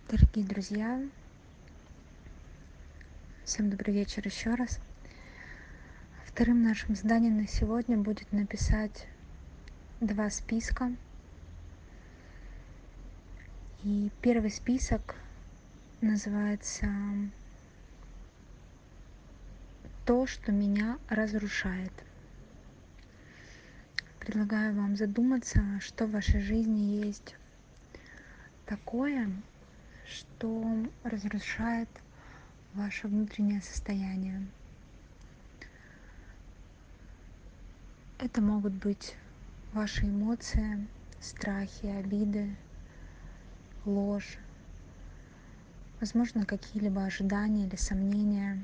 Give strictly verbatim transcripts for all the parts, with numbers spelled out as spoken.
Дорогие друзья, всем добрый вечер еще раз. Вторым нашим заданием на сегодня будет написать два списка. И первый список называется «То, что меня разрушает». Предлагаю вам задуматься, что в вашей жизни есть такое, что разрушает ваше внутреннее состояние. Это могут быть ваши эмоции, страхи, обиды, ложь, возможно, какие-либо ожидания или сомнения.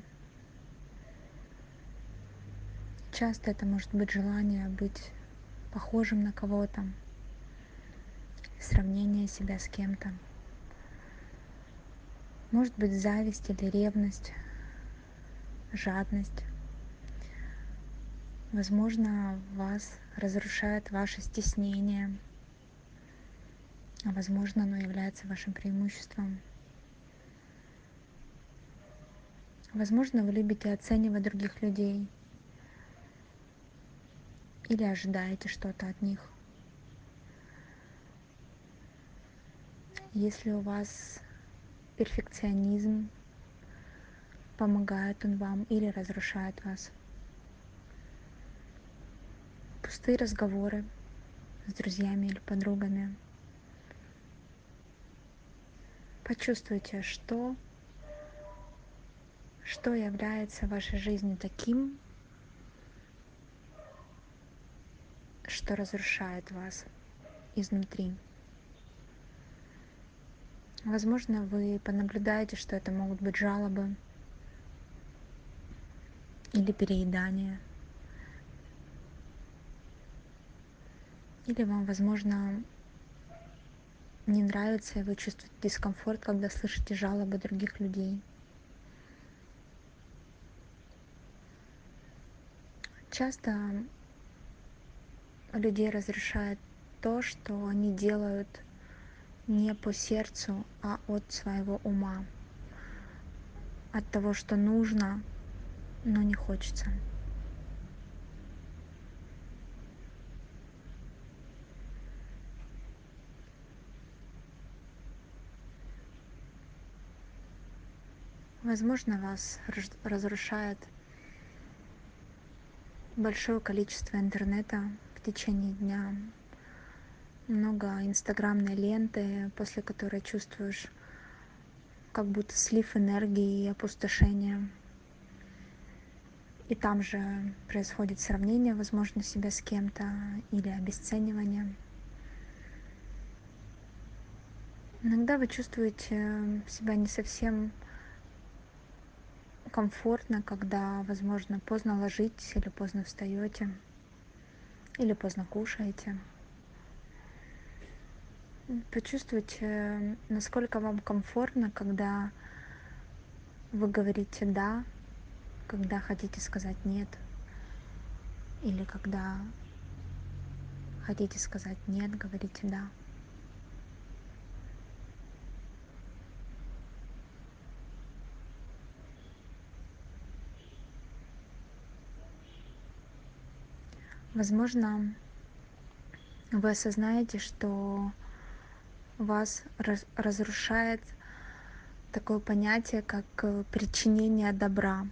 Часто это может быть желание быть похожим на кого-то, сравнение себя с кем-то. Может быть, зависть или ревность, жадность. Возможно, вас разрушает ваше стеснение, а возможно, оно является вашим преимуществом. Возможно, вы любите оценивать других людей или ожидаете что-то от них. Если у вас перфекционизм, помогает он вам или разрушает вас. Пустые разговоры с друзьями или подругами. Почувствуйте, что, что является в вашей жизни таким, что разрушает вас изнутри. Возможно, вы понаблюдаете, что это могут быть жалобы или переедание. Или вам, возможно, не нравится, и вы чувствуете дискомфорт, когда слышите жалобы других людей. Часто людей разрушает то, что они делают не по сердцу, а от своего ума. От того, что нужно, но не хочется. Возможно, вас разрушает большое количество интернета в течение дня, много инстаграмной ленты, после которой чувствуешь как будто слив энергии и опустошение. И там же происходит сравнение, возможно, себя с кем-то или обесценивание. Иногда вы чувствуете себя не совсем комфортно, когда, возможно, поздно ложитесь или поздно встаете, или поздно кушаете. Почувствуйте, насколько вам комфортно, когда вы говорите «да», когда хотите сказать «нет», или когда хотите сказать «нет», говорите «да». Возможно, вы осознаете, что вас раз- разрушает такое понятие, как э, причинение добра.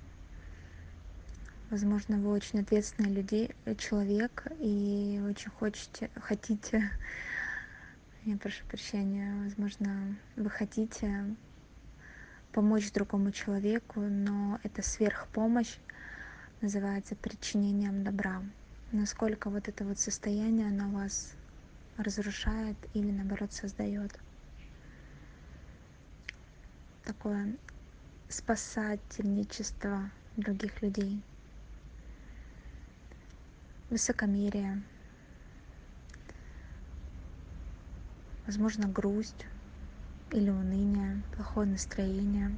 Возможно, вы очень ответственный людей, э, человек и очень хочете, хотите, я прошу прощения, возможно, вы хотите помочь другому человеку, но эта сверхпомощь называется причинением добра. Насколько вот это вот состояние, оно вас разрушает или наоборот создает. Такое спасательничество других людей. Высокомерие. Возможно, грусть или уныние, плохое настроение.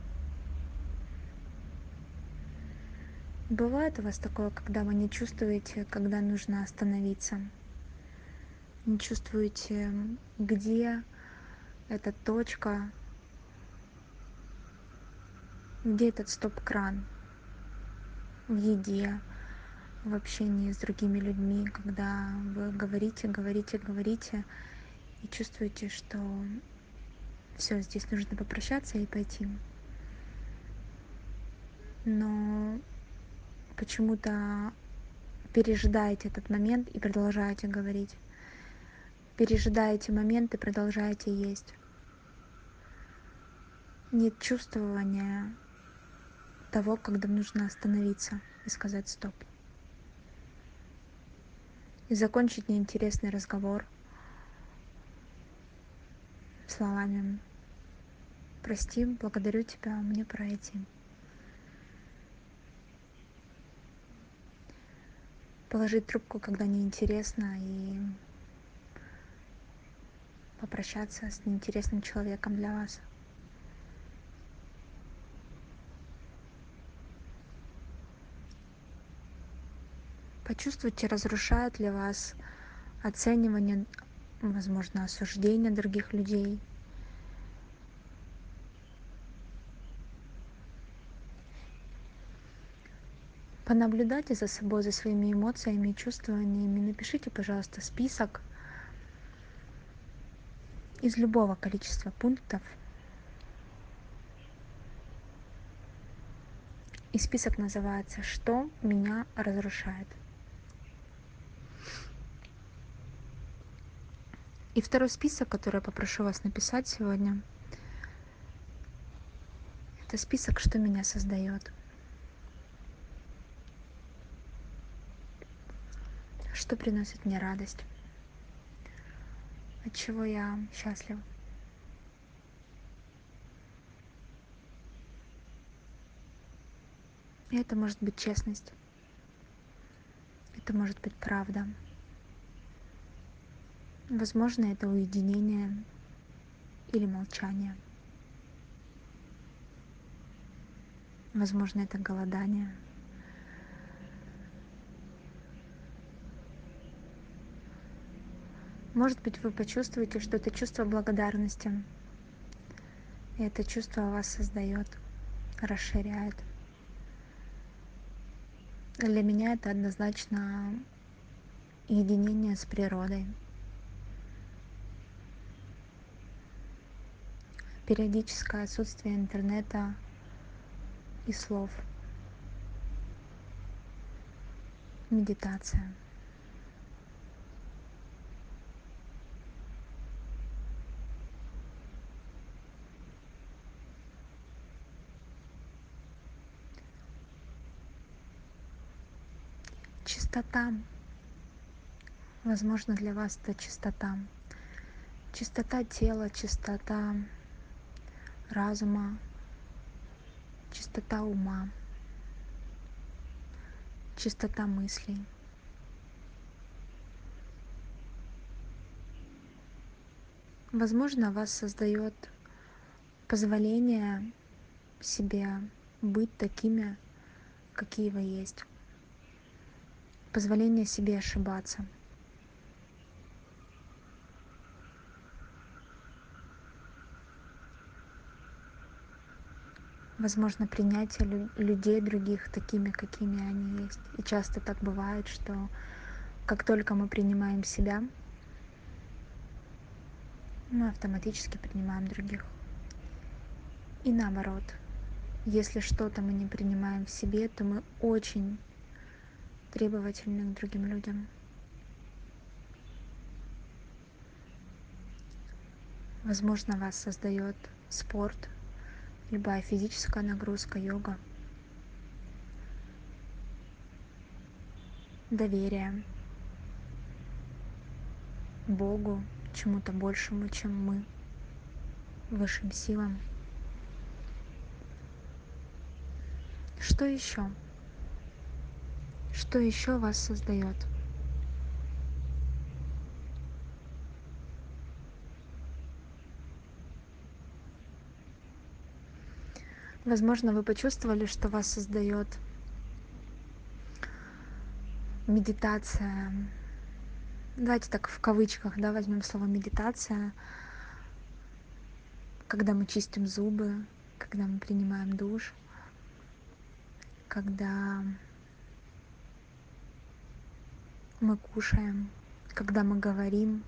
Бывает у вас такое, когда вы не чувствуете, когда нужно остановиться, не чувствуете, где эта точка, Где этот стоп-кран? В еде, в общении с другими людьми, когда вы говорите, говорите, говорите и чувствуете, что все, здесь нужно попрощаться и пойти. Но почему-то пережидаете этот момент и продолжаете говорить. Пережидаете момент и продолжаете есть. Нет чувствования того, когда нужно остановиться и сказать стоп. И закончить неинтересный разговор словами: прости, благодарю тебя, мне пора идти. Положить трубку, когда неинтересно, и попрощаться с неинтересным человеком для вас. Почувствуйте, разрушает ли вас оценивание, возможно, осуждение других людей. Понаблюдайте за собой, за своими эмоциями и чувствованиями. Напишите, пожалуйста, список из любого количества пунктов. И список называется «Что меня разрушает?». И второй список, который я попрошу вас написать сегодня, это список «Что меня создает?». Что приносит мне радость? От чего я счастлива? И это может быть честность. Это может быть правда. Возможно, это уединение или молчание. Возможно, это голодание. Может быть, вы почувствуете, что это чувство благодарности. И это чувство вас создает, расширяет. Для меня это однозначно единение с природой. Периодическое отсутствие интернета и слов. Медитация. Чистота. Возможно, для вас это чистота. Чистота тела, чистота разума, чистота ума, чистота мыслей. Возможно, вас создает позволение себе быть такими, какие вы есть. Позволение себе ошибаться. Возможно, принятие лю- людей других такими, какими они есть. И часто так бывает, что как только мы принимаем себя, мы автоматически принимаем других. И наоборот, если что-то мы не принимаем в себе, то мы очень требовательны к другим людям. Возможно, вас создает спорт, любая физическая нагрузка, йога, доверие Богу, чему-то большему, чем мы, высшим силам. Что еще? Что еще вас создает? Возможно, вы почувствовали, что вас создает медитация. Давайте так в кавычках, да, возьмем слово медитация, когда мы чистим зубы, когда мы принимаем душ, когда мы кушаем, когда мы говорим,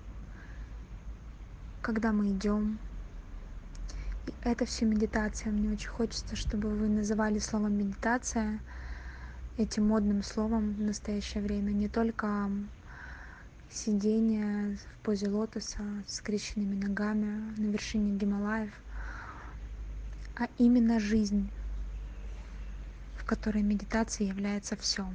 когда мы идем. И это все медитация. Мне очень хочется, чтобы вы называли слово медитация этим модным словом в настоящее время. Не только сидение в позе лотоса с скрещенными ногами на вершине Гималаев, а именно жизнь, в которой медитация является все.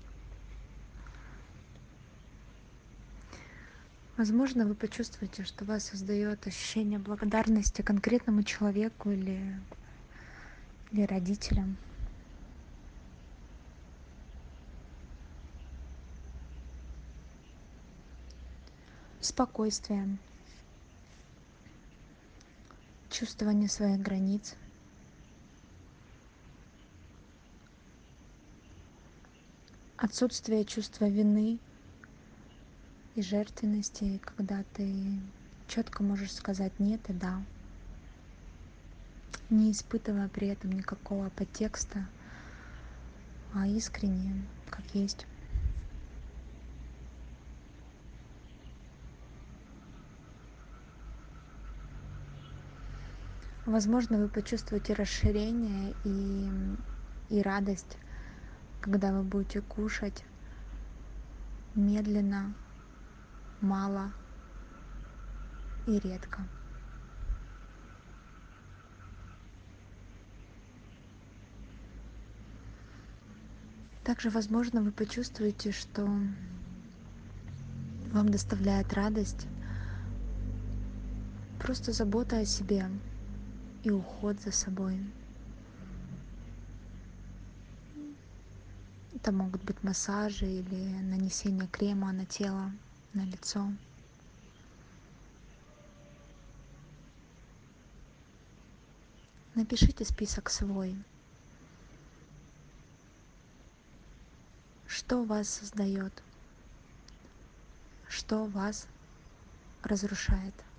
Возможно, вы почувствуете, что вас создает ощущение благодарности конкретному человеку или, или родителям. Спокойствие, чувствование своих границ, отсутствие чувства вины и жертвенности, когда ты четко можешь сказать нет и да, не испытывая при этом никакого подтекста, а искренне, как есть. Возможно, вы почувствуете расширение и, и радость, когда вы будете кушать медленно, мало и редко. Также, возможно, вы почувствуете, что вам доставляет радость просто забота о себе и уход за собой. Это могут быть массажи или нанесение крема на тело, на лицо. Напишите список свой. Что вас создает? Что вас разрушает?